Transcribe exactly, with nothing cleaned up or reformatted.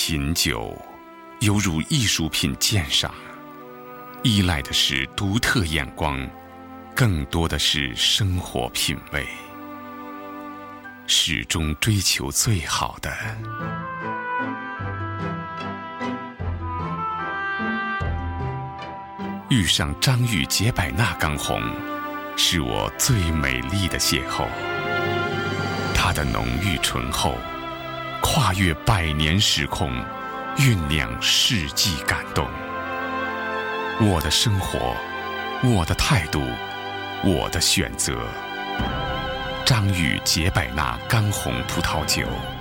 品酒犹如艺术品鉴赏，依赖的是独特眼光，更多的是生活品味，始终追求最好的。遇上张裕杰百纳刚红，是我最美丽的邂逅。它的浓郁醇厚，跨越百年时空，酝酿世纪感动。我的生活，我的态度，我的选择。张裕杰百纳刚红葡萄酒。